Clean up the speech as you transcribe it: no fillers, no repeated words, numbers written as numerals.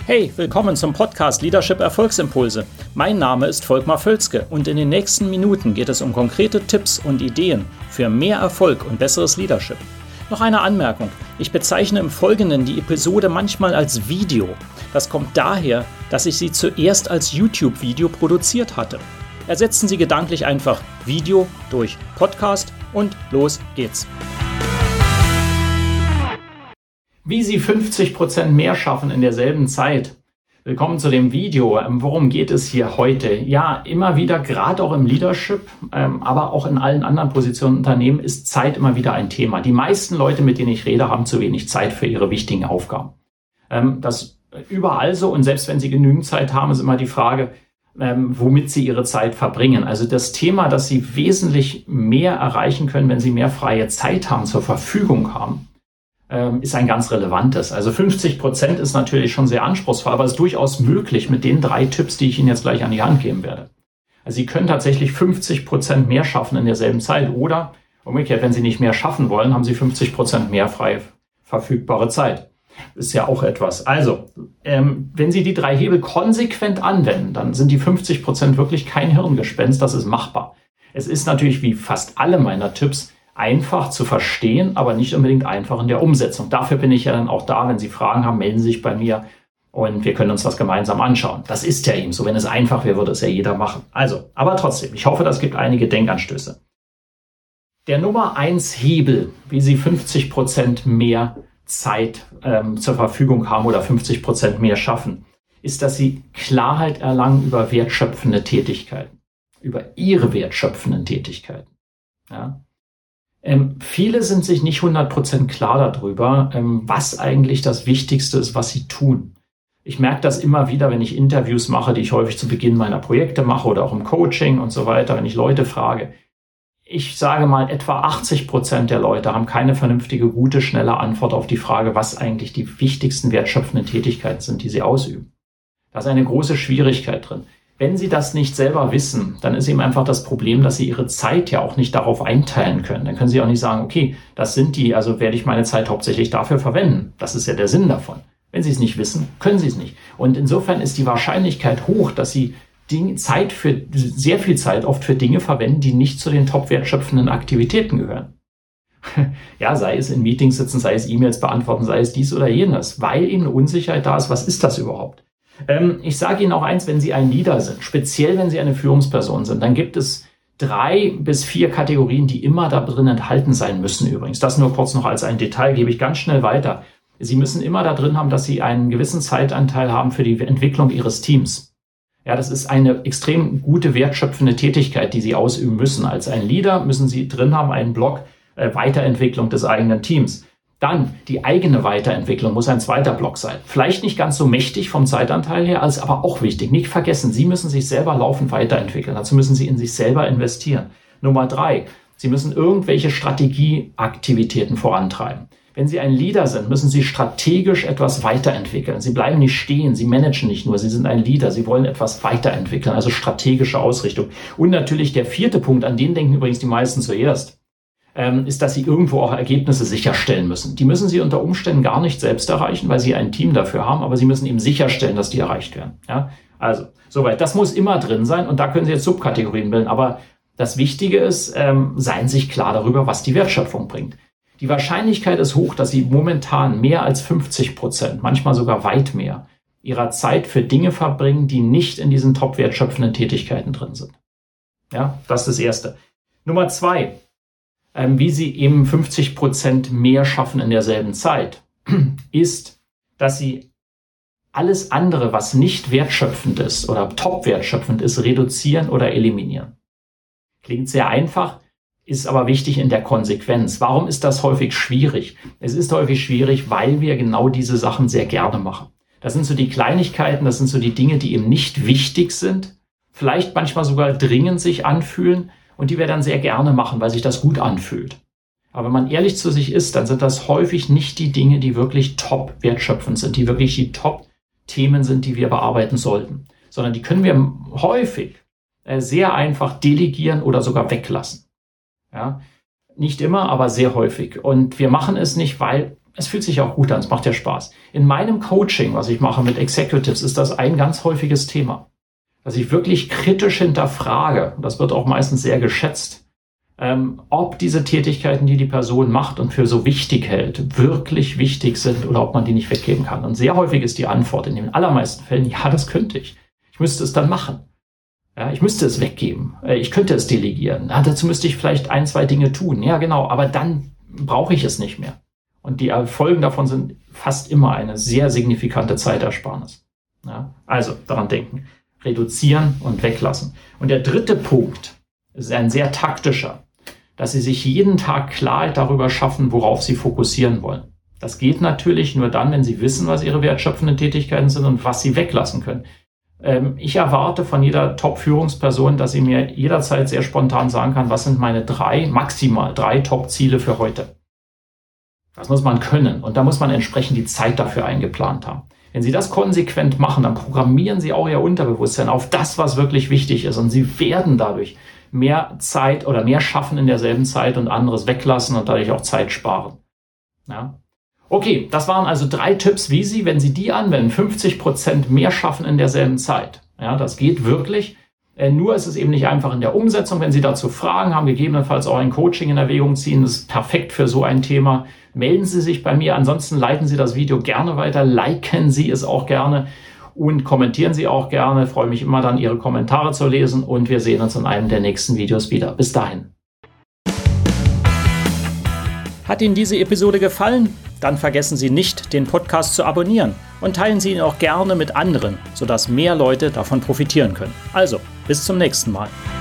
Hey, willkommen zum Podcast Leadership Erfolgsimpulse. Mein Name ist Volkmar Völzke und in den nächsten Minuten geht es um konkrete Tipps und Ideen für mehr Erfolg und besseres Leadership. Noch eine Anmerkung. Ich bezeichne im Folgenden die Episode manchmal als Video. Das kommt daher, dass ich sie zuerst als YouTube-Video produziert hatte. Ersetzen Sie gedanklich einfach Video durch Podcast und los geht's. Wie Sie 50% mehr schaffen in derselben Zeit. Willkommen zu dem Video. Worum geht es hier heute? Ja, immer wieder, gerade auch im Leadership, aber auch in allen anderen Positionen im Unternehmen, ist Zeit immer wieder ein Thema. Die meisten Leute, mit denen ich rede, haben zu wenig Zeit für ihre wichtigen Aufgaben. Das überall so, und selbst wenn sie genügend Zeit haben, ist immer die Frage, womit sie ihre Zeit verbringen. Also das Thema, dass sie wesentlich mehr erreichen können, wenn sie mehr freie Zeit haben, zur Verfügung haben, ist ein ganz relevantes. Also 50% ist natürlich schon sehr anspruchsvoll, aber es ist durchaus möglich mit den 3 Tipps, die ich Ihnen jetzt gleich an die Hand geben werde. Also Sie können tatsächlich 50% mehr schaffen in derselben Zeit, oder umgekehrt, wenn Sie nicht mehr schaffen wollen, haben Sie 50% mehr frei verfügbare Zeit. Ist ja auch etwas. Also, wenn Sie die 3 Hebel konsequent anwenden, dann sind die 50% wirklich kein Hirngespenst, das ist machbar. Es ist natürlich wie fast alle meiner Tipps einfach zu verstehen, aber nicht unbedingt einfach in der Umsetzung. Dafür bin ich ja dann auch da. Wenn Sie Fragen haben, melden Sie sich bei mir und wir können uns das gemeinsam anschauen. Das ist ja eben so. Wenn es einfach wäre, würde es ja jeder machen. Also, aber trotzdem, ich hoffe, das gibt einige Denkanstöße. Der Nummer 1 Hebel, wie Sie 50% mehr Zeit zur Verfügung haben oder 50% mehr schaffen, ist, dass Sie Klarheit erlangen über wertschöpfende Tätigkeiten, über Ihre wertschöpfenden Tätigkeiten. Ja? Viele sind sich nicht 100% klar darüber, was eigentlich das Wichtigste ist, was sie tun. Ich merke das immer wieder, wenn ich Interviews mache, die ich häufig zu Beginn meiner Projekte mache oder auch im Coaching und so weiter, wenn ich Leute frage. Ich sage mal, etwa 80% der Leute haben keine vernünftige, gute, schnelle Antwort auf die Frage, was eigentlich die wichtigsten wertschöpfenden Tätigkeiten sind, die sie ausüben. Da ist eine große Schwierigkeit drin. Wenn Sie das nicht selber wissen, dann ist eben einfach das Problem, dass Sie Ihre Zeit ja auch nicht darauf einteilen können. Dann können Sie auch nicht sagen, okay, das sind die, also werde ich meine Zeit hauptsächlich dafür verwenden. Das ist ja der Sinn davon. Wenn Sie es nicht wissen, können Sie es nicht. Und insofern ist die Wahrscheinlichkeit hoch, dass Sie sehr viel Zeit oft für Dinge verwenden, die nicht zu den top wertschöpfenden Aktivitäten gehören. Ja, sei es in Meetings sitzen, sei es E-Mails beantworten, sei es dies oder jenes, weil eben eine Unsicherheit da ist, was ist das überhaupt? Ich sage Ihnen auch eins, wenn Sie ein Leader sind, speziell wenn Sie eine Führungsperson sind, dann gibt es 3 bis 4 Kategorien, die immer da drin enthalten sein müssen übrigens. Das nur kurz noch als ein Detail, gebe ich ganz schnell weiter. Sie müssen immer da drin haben, dass Sie einen gewissen Zeitanteil haben für die Entwicklung Ihres Teams. Ja, das ist eine extrem gute, wertschöpfende Tätigkeit, die Sie ausüben müssen. Als ein Leader müssen Sie drin haben einen Block Weiterentwicklung des eigenen Teams. Dann die eigene Weiterentwicklung muss ein zweiter Block sein. Vielleicht nicht ganz so mächtig vom Zeitanteil her, ist aber auch wichtig. Nicht vergessen, Sie müssen sich selber laufend weiterentwickeln. Dazu müssen Sie in sich selber investieren. Nummer 3, Sie müssen irgendwelche Strategieaktivitäten vorantreiben. Wenn Sie ein Leader sind, müssen Sie strategisch etwas weiterentwickeln. Sie bleiben nicht stehen, Sie managen nicht nur, Sie sind ein Leader, Sie wollen etwas weiterentwickeln, also strategische Ausrichtung. Und natürlich der 4. Punkt, an den denken übrigens die meisten zuerst, ist, dass Sie irgendwo auch Ergebnisse sicherstellen müssen. Die müssen Sie unter Umständen gar nicht selbst erreichen, weil Sie ein Team dafür haben, aber Sie müssen eben sicherstellen, dass die erreicht werden. Ja? Also, soweit. Das muss immer drin sein und da können Sie jetzt Subkategorien bilden. Aber das Wichtige ist, seien Sie sich klar darüber, was die Wertschöpfung bringt. Die Wahrscheinlichkeit ist hoch, dass Sie momentan mehr als 50%, manchmal sogar weit mehr, Ihrer Zeit für Dinge verbringen, die nicht in diesen top wertschöpfenden Tätigkeiten drin sind. Ja, das ist das Erste. Nummer 2. Wie Sie eben 50% mehr schaffen in derselben Zeit, ist, dass Sie alles andere, was nicht wertschöpfend ist oder top wertschöpfend ist, reduzieren oder eliminieren. Klingt sehr einfach, ist aber wichtig in der Konsequenz. Warum ist das häufig schwierig? Es ist häufig schwierig, weil wir genau diese Sachen sehr gerne machen. Das sind so die Kleinigkeiten, das sind so die Dinge, die eben nicht wichtig sind, vielleicht manchmal sogar dringend sich anfühlen, und die wir dann sehr gerne machen, weil sich das gut anfühlt. Aber wenn man ehrlich zu sich ist, dann sind das häufig nicht die Dinge, die wirklich top wertschöpfend sind, die wirklich die Top-Themen sind, die wir bearbeiten sollten. Sondern die können wir häufig sehr einfach delegieren oder sogar weglassen. Ja? Nicht immer, aber sehr häufig. Und wir machen es nicht, weil es fühlt sich auch gut an, es macht ja Spaß. In meinem Coaching, was ich mache mit Executives, ist das ein ganz häufiges Thema, dass ich wirklich kritisch hinterfrage, das wird auch meistens sehr geschätzt, ob diese Tätigkeiten, die die Person macht und für so wichtig hält, wirklich wichtig sind oder ob man die nicht weggeben kann. Und sehr häufig ist die Antwort in den allermeisten Fällen, ja, das könnte ich. Ich müsste es dann machen. Ja, ich müsste es weggeben. Ich könnte es delegieren. Ja, dazu müsste ich vielleicht 1, 2 Dinge tun. Ja, genau. Aber dann brauche ich es nicht mehr. Und die Folgen davon sind fast immer eine sehr signifikante Zeitersparnis. Ja, also daran denken. Reduzieren und weglassen. Und der dritte Punkt ist ein sehr taktischer, dass Sie sich jeden Tag Klarheit darüber schaffen, worauf Sie fokussieren wollen. Das geht natürlich nur dann, wenn Sie wissen, was Ihre wertschöpfenden Tätigkeiten sind und was Sie weglassen können. Ich erwarte von jeder Top-Führungsperson, dass sie mir jederzeit sehr spontan sagen kann, was sind meine maximal drei Top-Ziele für heute. Das muss man können und da muss man entsprechend die Zeit dafür eingeplant haben. Wenn Sie das konsequent machen, dann programmieren Sie auch Ihr Unterbewusstsein auf das, was wirklich wichtig ist und Sie werden dadurch mehr Zeit oder mehr schaffen in derselben Zeit und anderes weglassen und dadurch auch Zeit sparen. Ja. Okay, das waren also 3 Tipps, wie Sie, wenn Sie die anwenden, 50% mehr schaffen in derselben Zeit. Ja, das geht wirklich. Nur ist es eben nicht einfach in der Umsetzung. Wenn Sie dazu Fragen haben, gegebenenfalls auch ein Coaching in Erwägung ziehen, das ist perfekt für so ein Thema. Melden Sie sich bei mir. Ansonsten leiten Sie das Video gerne weiter, liken Sie es auch gerne und kommentieren Sie auch gerne. Ich freue mich immer dann, Ihre Kommentare zu lesen und wir sehen uns in einem der nächsten Videos wieder. Bis dahin. Hat Ihnen diese Episode gefallen? Dann vergessen Sie nicht, den Podcast zu abonnieren und teilen Sie ihn auch gerne mit anderen, sodass mehr Leute davon profitieren können. Also, bis zum nächsten Mal.